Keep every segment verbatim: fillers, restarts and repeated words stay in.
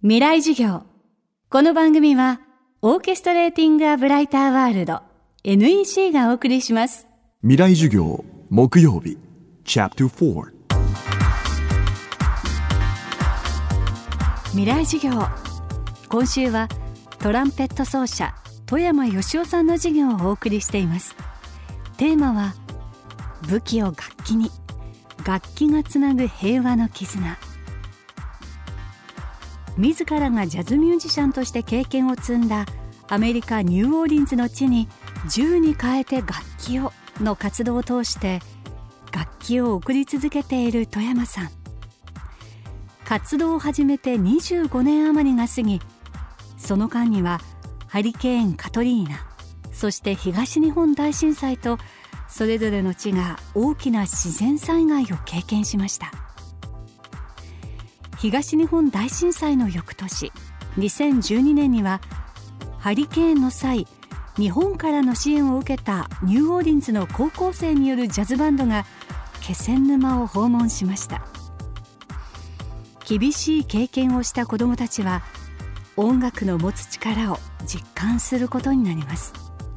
未来授業。この番組はオーケストレーティングアブライターワールド エヌイーシー がお送りします。 未来授業木曜日チャプターよん。 未来授業。今週はトランペット奏者富山義雄さんの授業をお送りしています。テーマは武器を楽器に、楽器がつなぐ平和の絆。自らがジャズミュージシャンとして経験を積んだアメリカ・ニューオーリンズの地に銃に変えて楽器をの活動を通して楽器を送り続けている富山さん。活動を始めてにじゅうごねん余りが過ぎ、その間にはハリケーンカトリーナ、そして東日本大震災とそれぞれの地が大きな自然災害を経験しました。東日本大震災の翌年にせんじゅうにねんにはハリケーンの際、日本からの支援を受けたニューオーリンズの高校生によるジャズバンドが気仙沼を訪問しました。厳しい経験をした子どもたちは音楽の持つ力を実感することになります。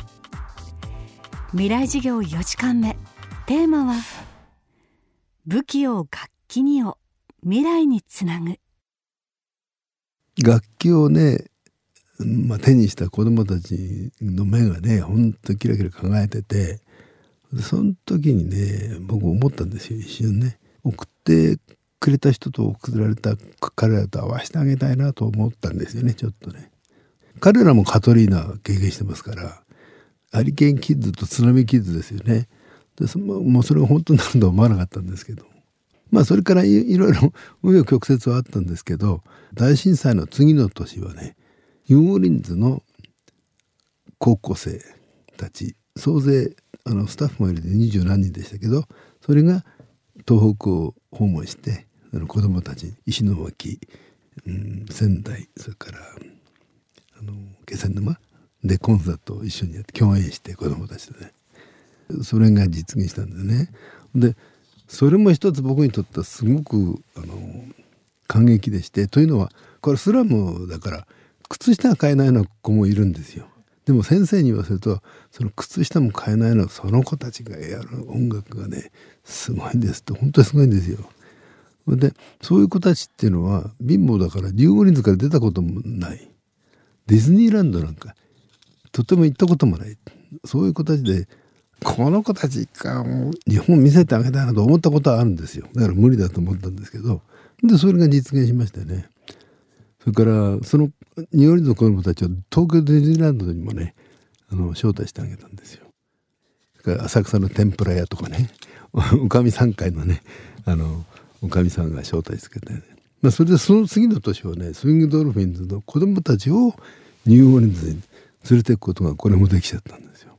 未来授業よじかんめ、テーマは武器を楽器にを未来につなぐ。 楽器をね、まあ、手にした子どもたちの目がね、ほんとキラキラ輝いてて、その時にね、僕思ったんですよ。一瞬ね、送ってくれた人と送られた彼らと合わせてあげたいなと思ったんですよね。ちょっとね、彼らもカトリーナ経験してますから、ハリケーンキッズと津波キッズですよね。でそもうそれが本当なんと思わなかったんですけど、まあそれから い, いろいろ紆余曲折はあったんですけど、大震災の次の年はね、ニューオーリンズの高校生たち総勢あのスタッフも入れてにじゅうなんにんでしたけど、それが東北を訪問してあの子どもたち石巻、うん、仙台、それからあの気仙沼でコンサートを一緒にやって共演して子どもたちとね、それが実現したんだよね。でそれも一つ僕にとってはすごくあの感激でして、というのはこれスラムだから靴下が買えないような子もいるんですよ。でも先生に言わせると、その靴下も買えないのはその子たちがやる音楽がねすごいんですって、本当にすごいんですよ。でそういう子たちっていうのは貧乏だからニューオーリンズから出たこともない、ディズニーランドなんかとても行ったこともない、そういう子たちで、この子たちが日本見せてあげたいなと思ったことはあるんですよ。だから無理だと思ったんですけど、でそれが実現しましたよね。それからそのニューオーリンズの子どもたちを東京ディズニーランドにもねあの招待してあげたんですよ。それから浅草の天ぷら屋とかね、おかみさん会のねあのおかみさんが招待してくれて、ね、まあ、それでその次の年はね、スイングドルフィンズの子どもたちをニューオーリンズに連れていくことがこれもできちゃったんですよ。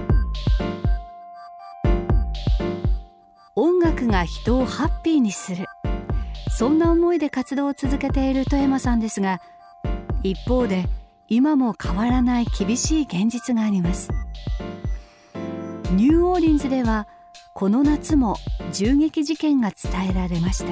音楽が人をハッピーにする、そんな思いで活動を続けている富山さんですが、一方で今も変わらない厳しい現実があります。ニューオーリンズではこの夏も銃撃事件が伝えられました。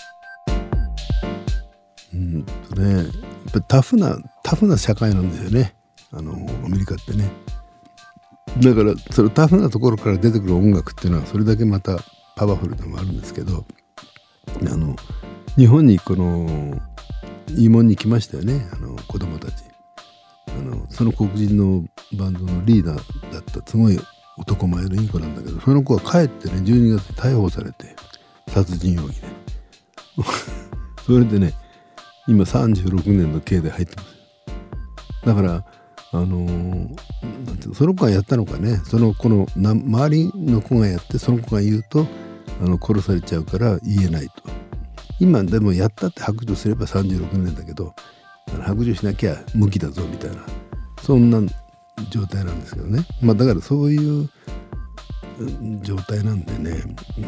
うんとね、やっぱりタフなタフな社会なんですよね、あのアメリカってね。だからそのタフなところから出てくる音楽っていうのはそれだけまたパワフルでもあるんですけど、あの日本にこの慰問に来ましたよね、あの子供たち。あのその黒人のバンドのリーダーだったすごい男前のいい子なんだけど、その子は帰ってねじゅうにがつに逮捕されて殺人容疑でそれでね今さんじゅうろくねんの刑で入ってます。だからあのー、なんていうの、その子がやったのかね、その子のな周りの子がやってその子が言うとあの殺されちゃうから言えないと。今でもやったって白状すればさんじゅうろくねんだけど、白状しなきゃ無期だぞみたいな、そんな状態なんですけどね。まあだからそういう状態なんでね、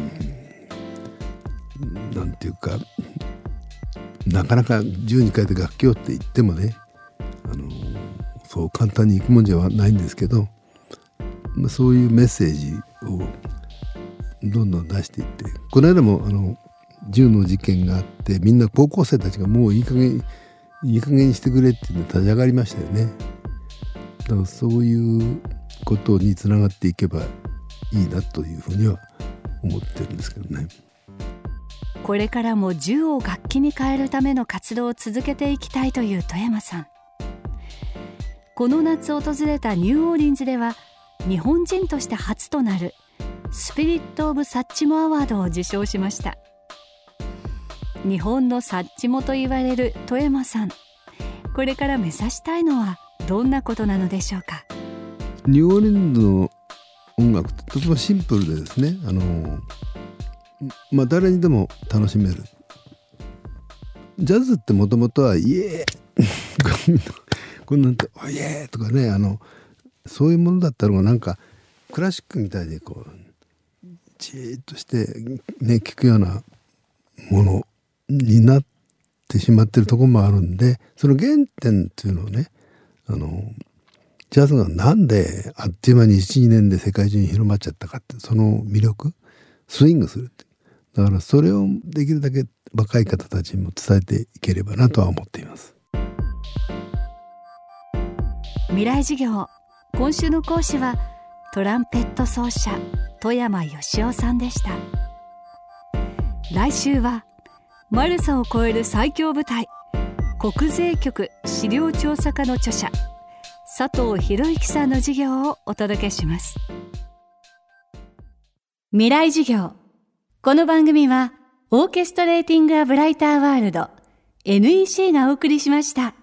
うん、なんていうかなかなか銃に変えて楽器をって言ってもね、あのそう簡単にいくもんじゃないんですけど、まあ、そういうメッセージをどんどん出していって、この間もあの銃の事件があって、みんな高校生たちがもういい加減いい加減にしてくれっていうのは立ち上がりましたよね。だからそういうことにつながっていけばいいなというふうには思ってるんですけどね。 これからも銃を楽器に変えるための活動を続けていきたいという外山さん。この夏訪れたニューオーリンズでは日本人として初となるスピリット・オブ・サッチモアワードを受賞しました。日本のサッチモと言われる外山さん、これから目指したいのはどんなことなのでしょうか。 ニューオーリンズの音楽ってとてもシンプルでですね、あのまあ誰にでも楽しめる。ジャズってもともとはイエーこんなんておイエーとかね、あのそういうものだったのがなんかクラシックみたいにこうじーっとしてね聴くようなものになってしまってるところもあるんで、その原点っていうのをね、あのジャズがなんであっという間に いちにねんで世界中に広まっちゃったかって、その魅力、スイングするって、だからそれをできるだけ若い方たちにも伝えていければなとは思っています。 未来授業、今週の講師はトランペット奏者外山義雄さんでした。来週はマルサを超える最強部隊、国税局資料調査課の著者佐藤博之さんの授業をお届けします。未来授業、この番組はオーケストレーティング・ア・ブライター・ワールド エヌイーシー がお送りしました。